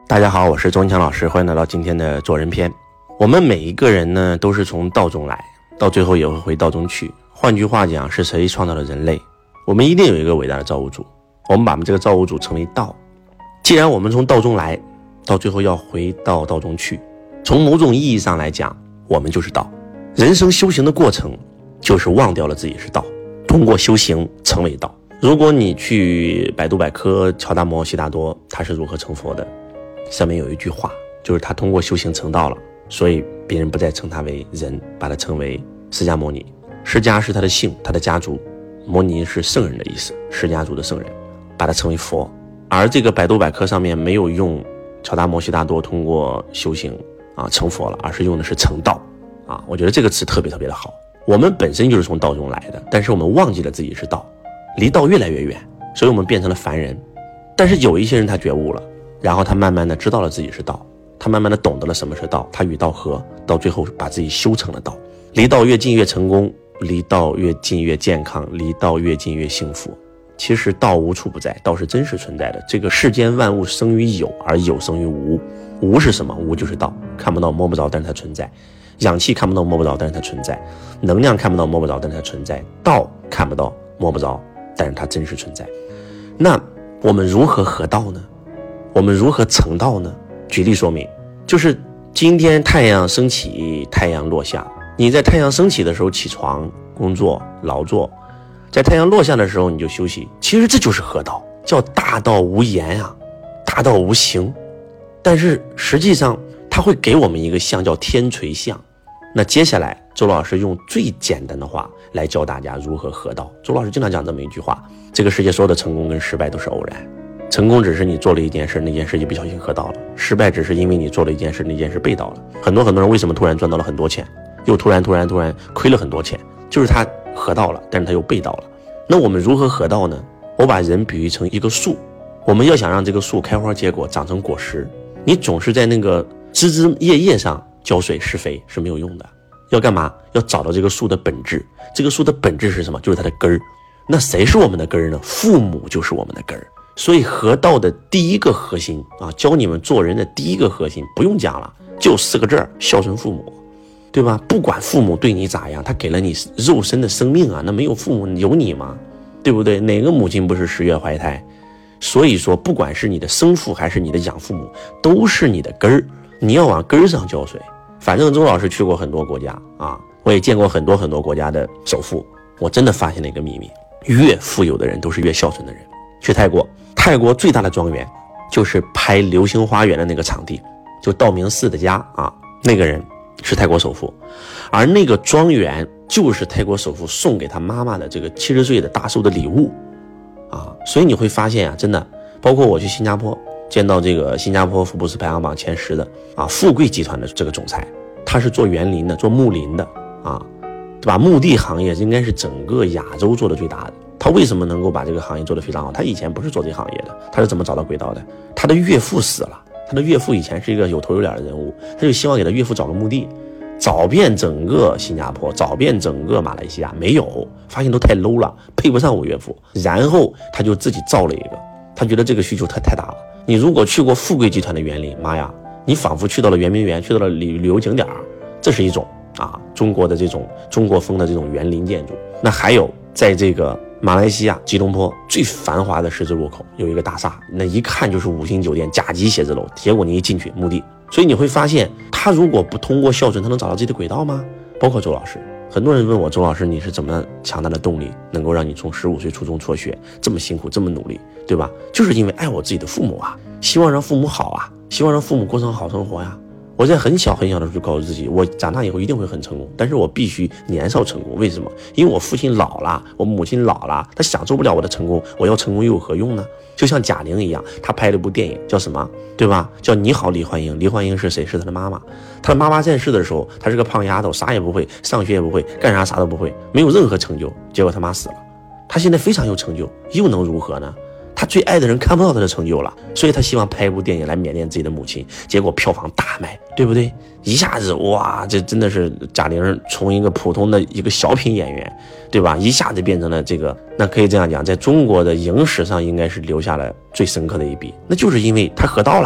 大家好，我是周文强老师，欢迎来到今天的做人篇。我们每一个人呢，都是从道中来，到最后也会回道中去。换句话讲，是谁创造了人类？我们一定有一个伟大的造物主，我们把这个造物主称为道。既然我们从道中来，到最后要回到道中去，从某种意义上来讲，我们就是道。人生修行的过程，就是忘掉了自己是道，通过修行成为道。如果你去百度百科乔达摩悉达多他是如何成佛的，上面有一句话，就是他通过修行成道了，所以别人不再称他为人，把他称为释迦牟尼。释迦是他的姓，他的家族，牟尼是圣人的意思，释迦族的圣人，把他称为佛。而这个百度百科上面没有用乔达摩悉达多通过修行成佛了，而是用的是成道我觉得这个词特别特别的好。我们本身就是从道中来的，但是我们忘记了自己是道，离道越来越远，所以我们变成了凡人。但是有一些人他觉悟了，然后他慢慢的知道了自己是道，他慢慢的懂得了什么是道，他与道合，到最后把自己修成了道。离道越近越成功，离道越近越健康，离道越近越幸福。其实道无处不在，道是真实存在的。这个世间万物生于有，而有生于无。无是什么？无就是道，看不到摸不着，但是它存在。氧气看不到摸不着，但是它存在。能量看不到摸不着，但是它存在。道看不到摸不着，但是它真实存在。那我们如何合道呢？我们如何成道呢？举例说明，就是今天太阳升起，太阳落下，你在太阳升起的时候起床工作劳作，在太阳落下的时候你就休息，其实这就是合道，叫大道无言大道无形。但是实际上它会给我们一个象，叫天垂象。那接下来周老师用最简单的话来教大家如何合道。周老师经常讲这么一句话，这个世界所有的成功跟失败都是偶然，成功只是你做了一件事，那件事就不小心合道了，失败只是因为你做了一件事，那件事被道了。很多人为什么突然赚到了很多钱，又突然亏了很多钱，就是他合道了，但是他又被道了。那我们如何合道呢？我把人比喻成一个树，我们要想让这个树开花结果长成果实，你总是在那个枝枝叶叶上浇水施肥是没有用的。要干嘛？要找到这个树的本质。这个树的本质是什么？就是它的根儿。那谁是我们的根儿呢？父母就是我们的根儿。所以合道的第一个核心教你们做人的第一个核心不用讲了，就4个字：孝顺父母，对吧？不管父母对你咋样，他给了你肉身的生命那没有父母有你吗？对不对？哪个母亲不是10月怀胎？所以说不管是你的生父还是你的养父母，都是你的根儿，你要往根儿上浇水。反正周老师去过很多国家我也见过很多国家的首富，我真的发现了一个秘密，越富有的人都是越孝顺的人。去泰国最大的庄园就是拍《流星花园》的那个场地，就道明寺的家那个人是泰国首富，而那个庄园就是泰国首富送给他妈妈的这个70岁的大寿的礼物所以你会发现真的，包括我去新加坡见到这个新加坡福布斯排行榜前10的富贵集团的这个总裁，他是做园林的，做木林的对吧？墓地行业应该是整个亚洲做的最大的。他为什么能够把这个行业做得非常好？他以前不是做这行业的，他是怎么找到轨道的？他的岳父死了，他的岳父以前是一个有头有脸的人物，他就希望给他岳父找个墓地，找遍整个新加坡，找遍整个马来西亚，没有，发现都太 low 了，配不上我岳父。然后他就自己造了一个，他觉得这个需求太大了。你如果去过富贵集团的园林，妈呀，你仿佛去到了圆明园，去到了旅游景点，这是一种中国的这种中国风的这种园林建筑。那还有在这个马来西亚吉隆坡最繁华的十字路口有一个大厦，那一看就是5星酒店甲级写字楼，结果你一进去墓地。所以你会发现，他如果不通过孝顺，他能找到自己的轨道吗？包括周老师，很多人问我，周老师你是怎么强大的动力能够让你从15岁初中辍学这么辛苦这么努力，对吧？就是因为爱我自己的父母希望让父母好希望让父母过上好生活我在很小的时候就告诉自己，我长大以后一定会很成功，但是我必须年少成功。为什么？因为我父亲老了，我母亲老了，他享受不了我的成功，我要成功又有何用呢？就像贾玲一样，她拍了部电影叫什么，对吧？叫你好李焕英。李焕英是谁？是她的妈妈。她的妈妈在世的时候，她是个胖丫头，啥也不会，上学也不会，干啥都不会，没有任何成就。结果她妈死了，她现在非常有成就，又能如何呢？他最爱的人看不到他的成就了，所以他希望拍一部电影来缅念自己的母亲，结果票房大卖，对不对？一下子哇，这真的是贾玲从一个普通的一个小品演员，对吧？一下子变成了这个，那可以这样讲，在中国的影史上应该是留下了最深刻的一笔，那就是因为他合道了。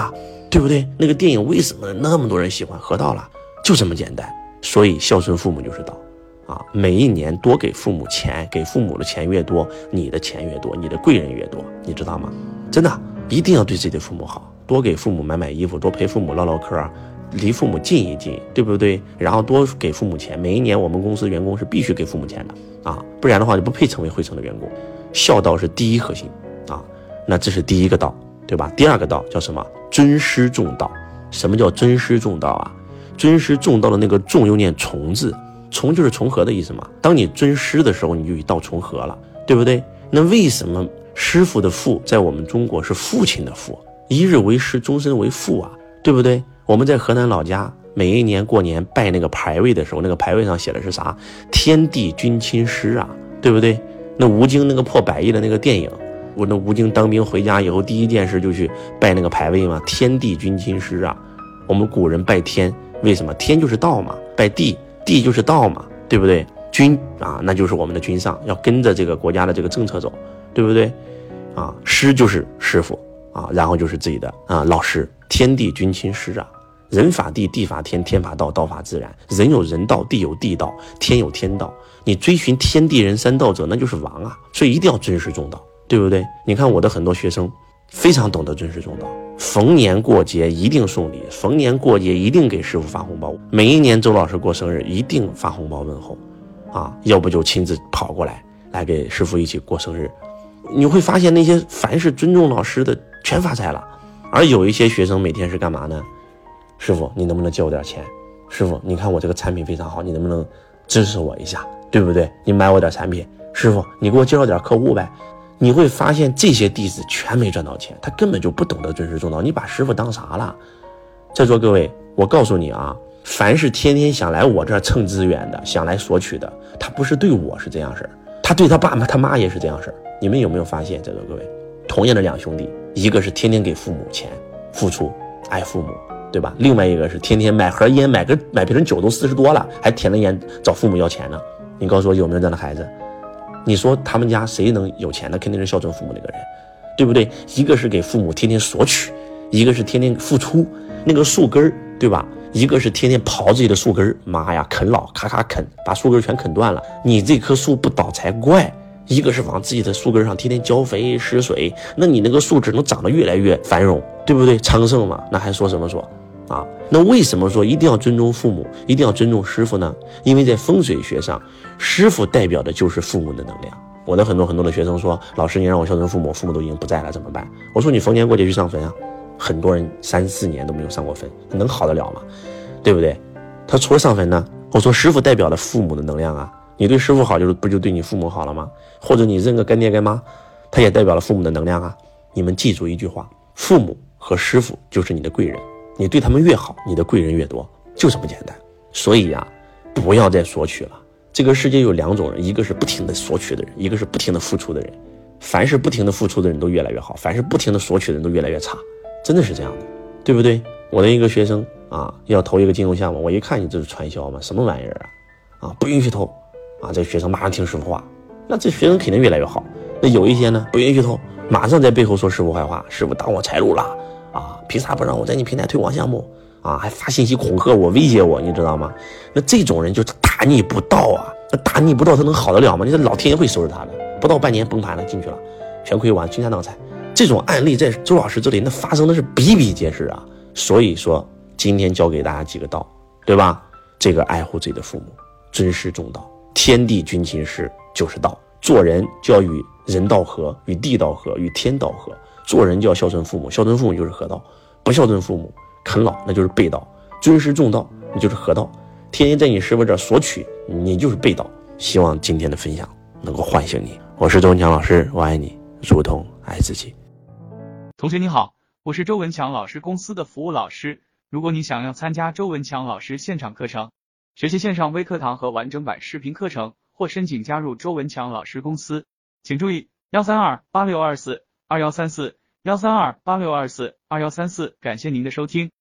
对不对？那个电影为什么那么多人喜欢？河道了，就这么简单。所以孝顺父母就是道啊！每一年多给父母钱，给父母的钱越多，你的钱越多，你的贵人越多，你知道吗？真的，一定要对自己的父母好，多给父母买衣服，多陪父母唠唠嗑，离父母近一近，对不对？然后多给父母钱，每一年我们公司员工是必须给父母钱的啊，不然的话就不配成为汇成的员工。孝道是第一核心啊，那这是第一个道，对吧？第二个道叫什么？尊师重道。什么叫尊师重道啊？尊师重道的那个重又念重字，重就是重合的意思嘛。当你尊师的时候，你就与道重合了，对不对？那为什么师傅的父在我们中国是父亲的父？一日为师，终身为父啊，对不对？我们在河南老家，每一年过年拜那个牌位的时候，那个牌位上写的是啥？天地君亲师啊，对不对？那吴京那个破100亿的那个电影，我那吴京当兵回家以后，第一件事就去拜那个牌位嘛，天地君亲师啊。我们古人拜天，为什么？天就是道嘛，拜地，地就是道嘛，对不对？君啊，那就是我们的君上，要跟着这个国家的这个政策走，对不对？啊，师就是师傅啊，然后就是自己的老师，天地君亲师啊。人法地，地法天，天法道，道法自然。人有人道，地有地道，天有天道。你追寻天地人三道者，那就是王啊！所以一定要尊师重道，对不对？你看我的很多学生非常懂得尊师重道，逢年过节一定送礼，逢年过节一定给师傅发红包，每一年周老师过生日一定发红包问候啊，要不就亲自跑过来给师傅一起过生日。你会发现那些凡是尊重老师的全发财了，而有一些学生每天是干嘛呢？师傅你能不能借我点钱？师傅你看我这个产品非常好，你能不能支持我一下，对不对？你买我点产品。师傅你给我介绍点客户呗。你会发现这些弟子全没赚到钱，他根本就不懂得尊师重道。你把师傅当啥了？在座各位，我告诉你啊，凡是天天想来我这儿蹭资源的，想来索取的，他不是对我是这样事儿，他对他爸他妈也是这样事儿。你们有没有发现？在座各位，同样的两兄弟，一个是天天给父母钱付出爱父母，对吧？另外一个是天天买盒烟买瓶酒都40多了，还舔了烟找父母要钱呢。你告诉我有没有这样的孩子？你说他们家谁能有钱？那肯定是孝顺父母那个人，对不对？一个是给父母天天索取，一个是天天付出那个树根，对吧？一个是天天刨自己的树根，妈呀，啃老咔咔啃，把树根全啃断了，你这棵树不倒才怪。一个是往自己的树根上天天浇肥施水，那你那个树只能长得越来越繁荣，对不对？昌盛嘛，那还说什么说啊？那为什么说一定要尊重父母，一定要尊重师傅呢？因为在风水学上，师傅代表的就是父母的能量。我的很多的学生说，老师你让我孝顺父母，父母都已经不在了怎么办？我说你逢年过节去上坟啊。很多人3、4年都没有上过坟，能好得了吗？对不对？他除了上坟呢，我说师傅代表了父母的能量啊，你对师傅好不就对你父母好了吗？或者你认个干爹干妈，他也代表了父母的能量啊。你们记住一句话，父母和师傅就是你的贵人，你对他们越好，你的贵人越多，就这么简单。所以啊，不要再索取了。这个世界有2种人，一个是不停的索取的人，一个是不停的付出的人。凡是不停的付出的人都越来越好，凡是不停的索取的人都越来越差，真的是这样的，对不对？我的一个学生啊，要投一个金融项目，我一看你这是传销嘛，什么玩意儿啊？不允许投啊！这学生马上听师傅话，那这学生肯定越来越好。那有一些呢，不允许投，马上在背后说师傅坏话，师傅挡我财路了啊！凭啥不让我在你平台推广项目啊？还发信息恐吓我、威胁我，你知道吗？那这种人就是大逆不道啊！那大逆不道他能好得了吗？你这老天爷会收拾他的，不到半年崩盘了，进去了，全亏完，倾家荡产。这种案例在周老师这里那发生的是比比皆是啊。所以说今天教给大家几个道，对吧？这个爱护自己的父母，尊师重道，天地君亲师就是道。做人就要与人道合，与地道合，与天道合。做人就要孝顺父母，孝顺父母就是合道，不孝顺父母啃老那就是背道。尊师重道你就是合道，天天在你师傅这儿索取你就是背道。希望今天的分享能够唤醒你。我是周文强老师，我爱你如同爱自己。 同学你好，我是周文强老师公司的服务老师。如果你想要参加周文强老师现场课程，学习线上微课堂和完整版视频课程，或申请加入周文强老师公司，请注意13286242134，13286242134。感谢您的收听。